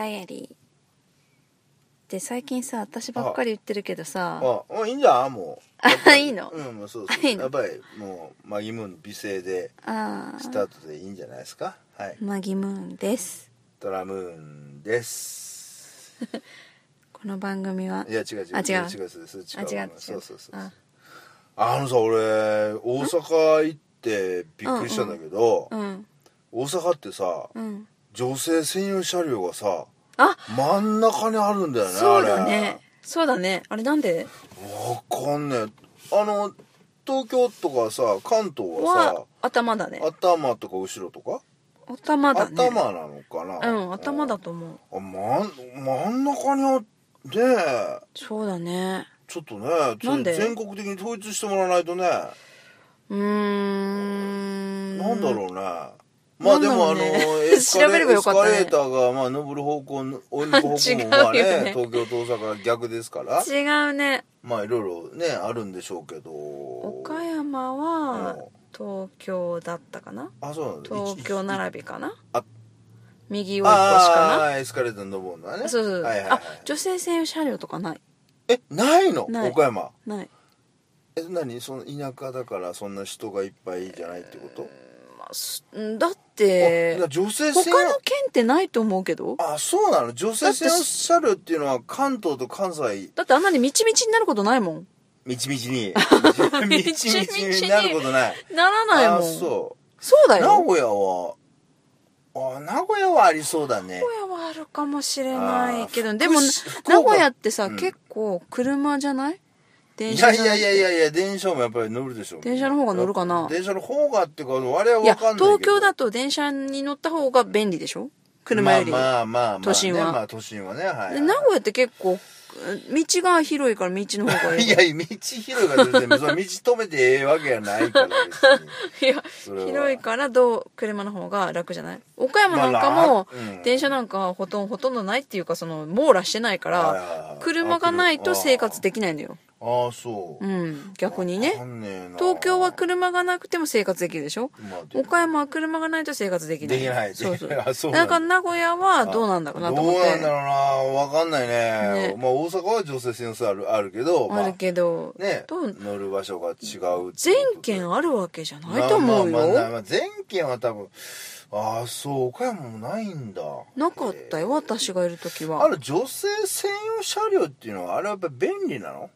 ダイアリーで最近さ私ばっかり言ってるけどさいいんじゃんもういいのもうそういいのやっぱりもうマギムーンの美声でスタートでいいんじゃないですか。はい、 マギムーンです。 トラムーンですこの番組はいや違うあ違うそう俺大阪行ってびっくりしたんだけど、大阪ってさ、女性専用車両がさ真ん中にあるんだよね。 そうだねあれなんでわかんねえ。東京とかさ関東はさ頭だね。 頭とか後ろとか頭だね。 頭なのかな。 頭だと思う。 真ん中にあってそうだね。 ちょっとねなんで全国的に統一してもらわないとね。なんだろうね。まあでもエスカレーターが登る方向追い抜く方向もまあね東京と大阪は逆ですから違うね。 まあいろいろねあるんでしょうけど岡山は東京だったかな。 あ、そうなんだ。 東京並びかな。右を一個しかな。 エスカレーターに登るのはね。 そう、女性専用車両とかない。 ないの？岡山ない。 何その田舎だからそんな人がいっぱいじゃないってこと？ だって女性専用他の県ってないと思うけど。 そうなの。女性専用車両っていうのは関東と関西だってあんなにみちみちになることないもん。 みちみちにみちみちになることない。 ならないもん。そうだよ。 名古屋はありそうだね。 名古屋はあるかもしれないけどでも名古屋ってさ、結構車じゃない？電車じゃない？いや電車もやっぱり乗るでしょ。 電車の方が乗るかな。 電車の方がっていうか我々は分かんないけど。 東京だと電車に乗った方が便利でしょ？車より。都心は。 まあ都心はね。はい。 名古屋って結構道が広いから道の方がいい。 いや道広いから全然その道止めてええわけやないから別に。いや広いから車の方が楽じゃない？岡山なんかも電車なんかほとんどないっていうか網羅してないから車がないと生活できないんだよ。 そう。 逆にね。東京は車がなくても生活できるでしょ？岡山は車がないと生活できない。 できない。 そう。だから名古屋はどうなんだろうなと思って。 どうなんだろうな。わかんないね。まあ大阪は女性専用あるけど。 あるけど。 ね。乗る場所が違う。 全県あるわけじゃないと思うよ。 全県は多分。岡山もないんだ。 なかったよ私がいる時は。 女性専用車両っていうのはあれはやっぱり便利なの？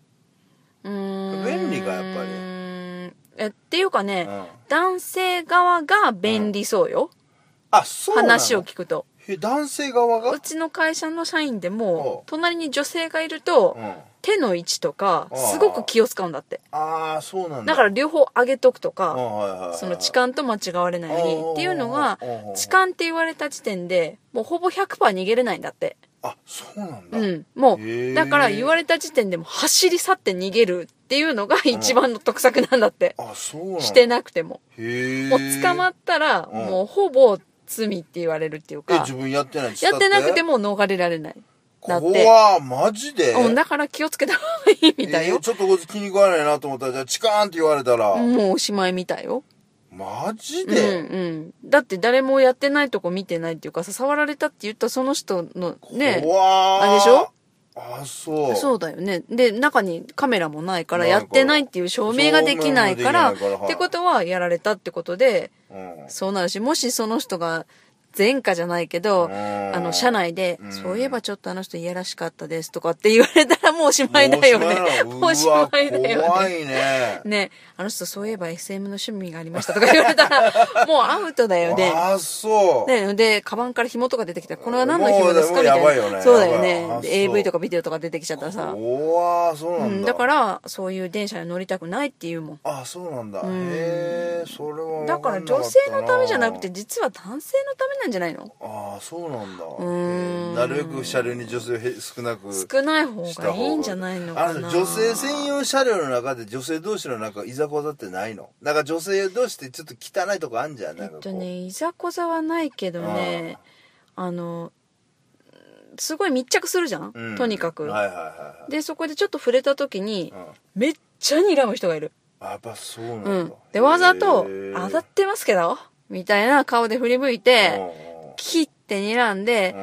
便利がやっぱりっていうかね、男性側が便利そうよ。 そうなの？ 話を聞くと男性側が？ うちの会社の社員でも隣に女性がいると、手の位置とかすごく気を使うんだって。 そうなんだ。 だから両方上げとくとか、その痴漢と間違われないようにっていうのが痴漢って言われた時点でもうほぼ 100% 逃げれないんだって。 そうなんだ。 もうだから言われた時点でも走り去って逃げるっていうのが一番の得策なんだって。 そうなんだ。 してなくても。もう捕まったらもうほぼ罪って言われるっていうか。 自分やってない。 やってなくても逃れられない。だって。 マジで？ だから気をつけた方がいいみたいよ。 ちょっとこいつ気に食わないなと思ったらじゃあチカーンって言われたらもうおしまいみたいよ。 マジで？ だって誰もやってないとこ見てないっていうかさ、触られたって言ったその人のね、あれでしょ？そうだよね。で中にカメラもないからやってないっていう証明ができないからってことはやられたってことで、そうなるし、もしその人が前科じゃないけど、社内で、そういえばちょっとあの人いやらしかったですとかって言われたらもうおしまいだよね。おしまいだよね。 怖いね。 ね、あの人そういえば SM の趣味がありましたとか言われたら、もうアウトだよね。ね、で、カバンから紐とか出てきたら、これは何の紐ですかみたいな。そうだよね。AV とかビデオとか出てきちゃったらさ。 そうなんだ。 だから、そういう電車に乗りたくないっていうもん。 そうなんだ。それはだから女性のためじゃなくて、実は男性のためなんじゃないの？ そうなんだ。なるべく車両に女性を少ない方がいいんじゃないのかな。 女性専用車両の中で女性同士のいざこざってないの？なんか女性同士ってちょっと汚いとこあんじゃん。 いざこざはないけどね、すごい密着するじゃん、とにかく。でそこでちょっと触れた時に、めっちゃ睨む人がいる。 やっぱそうなんだ。 でわざと当たってますけどみたいな顔で振り向いて、キッて睨んで、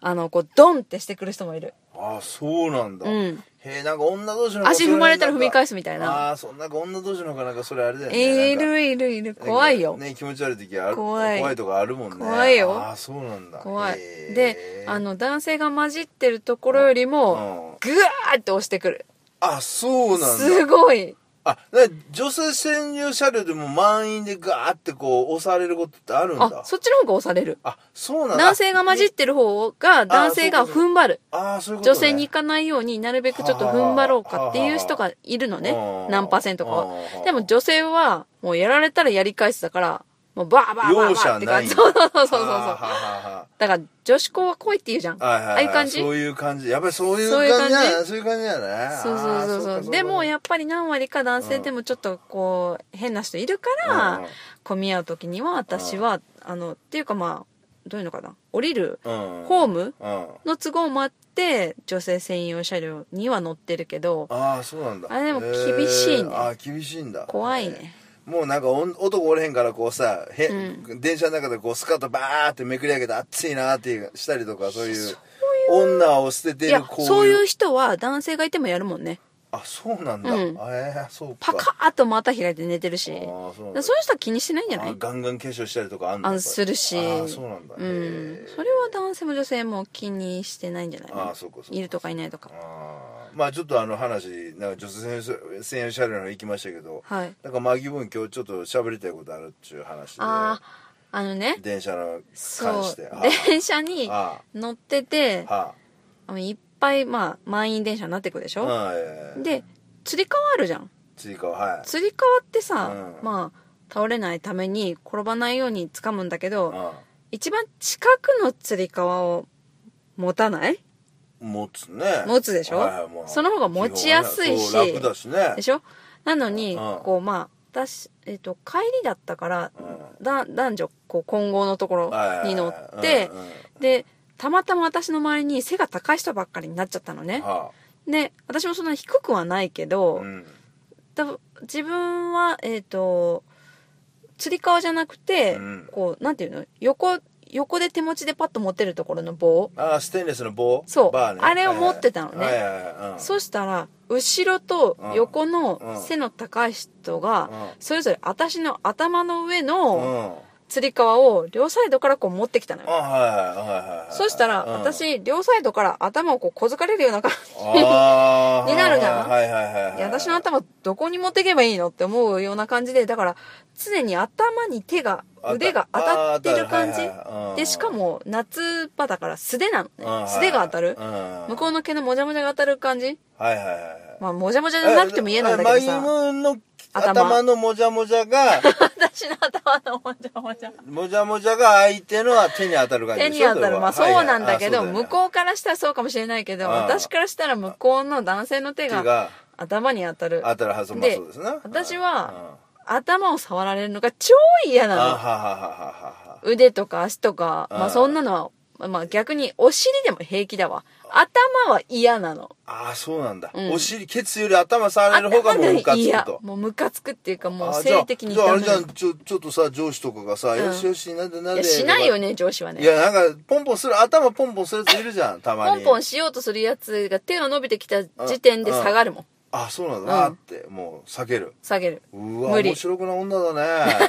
こうドンってしてくる人もいる。 ああ、そうなんだ。 うんなんか女同士の足踏まれたら踏み返すみたいな。 ああ、そんな女同士の方なんかそれあれだよね。 いる。怖いよ。 ね、気持ち悪い時ある。 怖いとかあるもんね。 怖いよ。 ああ、そうなんだ。 怖い。で、男性が混じってるところよりも、ぐわーって押してくる。 あ、そうなんだ。 すごい。 女性専用車両でも満員でガーってこう押されることってあるんだ。 あ、そっちの方が押される。 あ、そうなんだ。 男性が混じってる方が男性が踏ん張る。 あ、そういうことね。 女性に行かないようになるべくちょっと踏ん張ろうかっていう人がいるのね。何%かは。でも女性はもうやられたらやり返すだから、もうバーバーバーバーって感じ。そうだから女子校は来いって言うじゃん。ああいう感じ。 そういう感じ。やっぱりそういう感じだね。そういう感じだね。 そう。でもやっぱり何割か男性でもちょっとこう変な人いるから、混み合う時には私はっていうかまあどういうのかな、降りるホームの都合もあって女性専用車両には乗ってるけど、 ああそうなんだ。 あれでも厳しいね。 ああ厳しいんだ。 怖いね。 もうなんか男おれへんからこうさ、電車の中でこうスカートバーってめくり上げて暑いなってしたりとか、そういう女を捨ててる。いやそういう人は男性がいてもやるもんね。 あ、そうなんだ。そうか。パカーッと股開いて寝てるし、そういう人は気にしてないんじゃない？ ガンガン化粧したりとかあんの？ するし。 あ、そうなんだ。 それは男性も女性も気にしてないんじゃないの？ あ、そうか。 いるとかいないとか。 まあちょっと話、なんか女性専用車両の行きましたけど、なんかマギボン今日ちょっと喋りたいことあるっていう話で。電車の関して。 電車に乗ってて、いっぱい満員電車になってくでしょ。でつり革あるじゃん。つり革ってさ、倒れないために転ばないように掴むんだけど、一番近くのつり革を持たない？ 持つでしょ。その方が持ちやすいし、 楽だしね。 でしょ。なのにこう私帰りだったから男女こう混合のところに乗ってでたまたま私の周りに背が高い人ばっかりになっちゃったのね。で私もそんな低くはないけど、自分はつり革じゃなくて、こうなんていうの、横で手持ちでパッと持てるところの棒。 ステンレスの棒。 そう。あれを持ってたのね。そしたら後ろと横の背の高い人がそれぞれ私の頭の上のつり革を両サイドからこう持ってきたのよ。そしたら私両サイドから頭をこう小づかれるような感じになるじゃん。私の頭どこに持っていけばいいのって思うような感じで、だから常に頭に腕が当たってる感じで、しかも夏場だから素手なのね。素手が当たる、向こうの毛のもじゃもじゃが当たる感じ。もじゃもじゃじゃなくても嫌なんだけどさ、 頭のもじゃもじゃが私の頭のもじゃもじゃもじゃもじゃが相手のは手に当たる感じでしょ。 手に当たる。そうなんだけど、向こうからしたらそうかもしれないけど、私からしたら向こうの男性の手が頭に当たるはず。で私は頭を触られるのが超嫌なの。腕とか足とか、そんなのは逆にお尻でも平気だわ。頭は嫌なの。 そうなんだ。お尻、ケツより頭触れる方がもうムカつくと。 もうムカつくっていうか、もう性的にじゃああれじゃん、ちょっとさ、上司とかがさ、よしよし、なんで。いや、 しないよね、上司はね。 いや、なんか、頭ポンポンするやついるじゃん、たまに。 ポンポンしようとするやつが手が伸びてきた時点で下がるもん。 そうなんだ。って、もう、下げる。うわ、面白くな女だね。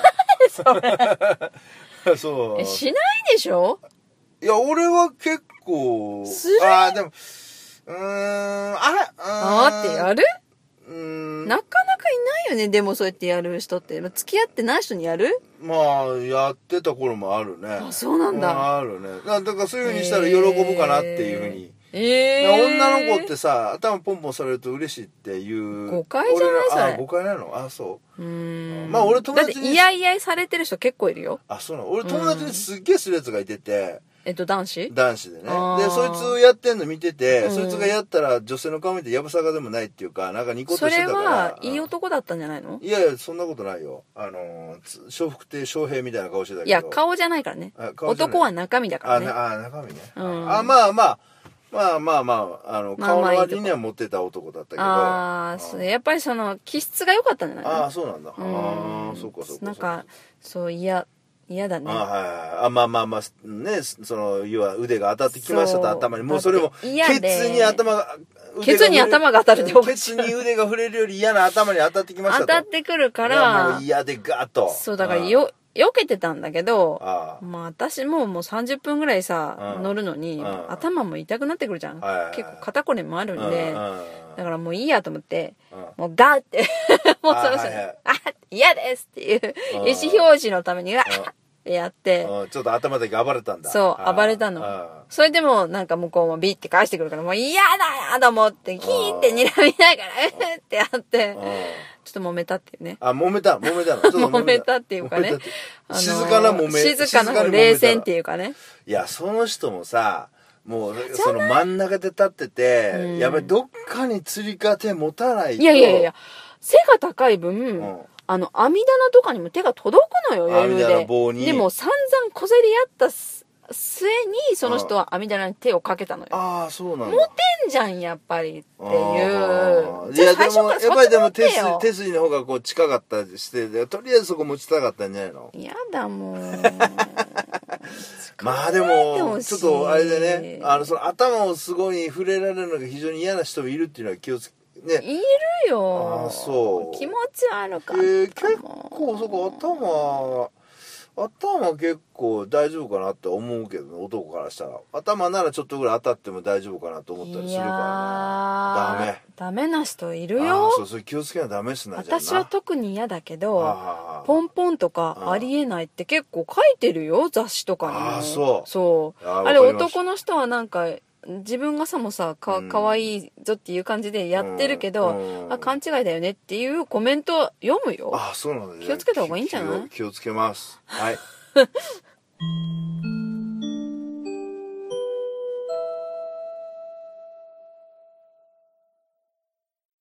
そう。 しないでしょ？ いや、俺は結構、 する？ でも、 ってやる？なかなかいないよね。でもそうやってやる人って。付き合ってない人にやる？ やってた頃もあるね。 そうなんだ。 あるね。だからそういう風にしたら喜ぶかなっていう風に。女の子ってさ、頭ポンポンされると嬉しいっていう。 誤解じゃないそれ。 誤解なの？そう。 俺友達に。だってイヤイヤされてる人結構いるよ。 そうなの。俺友達にすっげえするやつがいてて。 男子でね。 で、そいつやってんの見てて、そいつがやったら女性の顔見てやぶさかでもないっていうか、なんかニコッとしてたから。 それはいい男だったんじゃないの？ いや、そんなことないよ。笑福亭笑瓶みたいな顔してたけど。 いや、顔じゃないからね。男は中身だからね。 中身ね。顔の割には持ってた男だったけど。 やっぱりその気質が良かったんじゃないの？ そうなんだ。そうか。 なんかそう、いや嫌だね。 まあまあまあ、ね、要は腕が当たってきましたと頭に。もうそれも、ケツに頭が当たるでケツに腕が触れるより嫌な頭に当たってきましたと。 当たってくるから。 もう嫌でガーッと。 そう、だから避けてたんだけど、まあ私もう30分ぐらいさ、乗るのに、頭も痛くなってくるじゃん。結構肩こりもあるんで、だからもういいやと思って、もうガーって、もうその人に、嫌ですっていう意思表示のために、ってやって、 ちょっと頭だけ暴れたんだ。 そう、暴れたの。それでもなんか向こうもビッて返してくるから、もう嫌だよと思って、キーって睨みながら、ってやって、ちょっと揉めたっていうね。 揉めたの。 揉めたっていうかね。 静かな冷戦っていうかね。 いや、その人もさ、もう、その真ん中で立ってて、やっぱりどっかに釣りか手持たないと。 いや、背が高い分、網棚とかにも手が届くのよ、余裕で。でも散々小競り合った末に、その人は網棚に手をかけたのよ。 ああ、そうなんだ。 モテんじゃん、やっぱりっていう。 いや、でも、やっぱりでも手筋の方がこう近かったりして、とりあえずそこ持ちたかったんじゃないの？ やだもん。 まあでも、ちょっとあれでね、その頭をすごい触れられるのが非常に嫌な人もいるっていうのは気をつけ、ね。 いるよ。 そう。 気持ち悪かった。 結構そこ頭結構大丈夫かなって思うけどね、男からしたら。頭ならちょっとぐらい当たっても大丈夫かなと思ったりするからね。 ダメな人いるよ。 そう気をつけなダメっすな。 私は特に嫌だけど、ポンポンとかありえないって結構書いてるよ、雑誌とかにも。そう。あれ男の人はなんか、自分がさもさ、かわいいぞっていう感じでやってるけど、勘違いだよねっていうコメント読むよ。 そうなんだね。 気をつけた方がいいんじゃない？ 気をつけます。はい。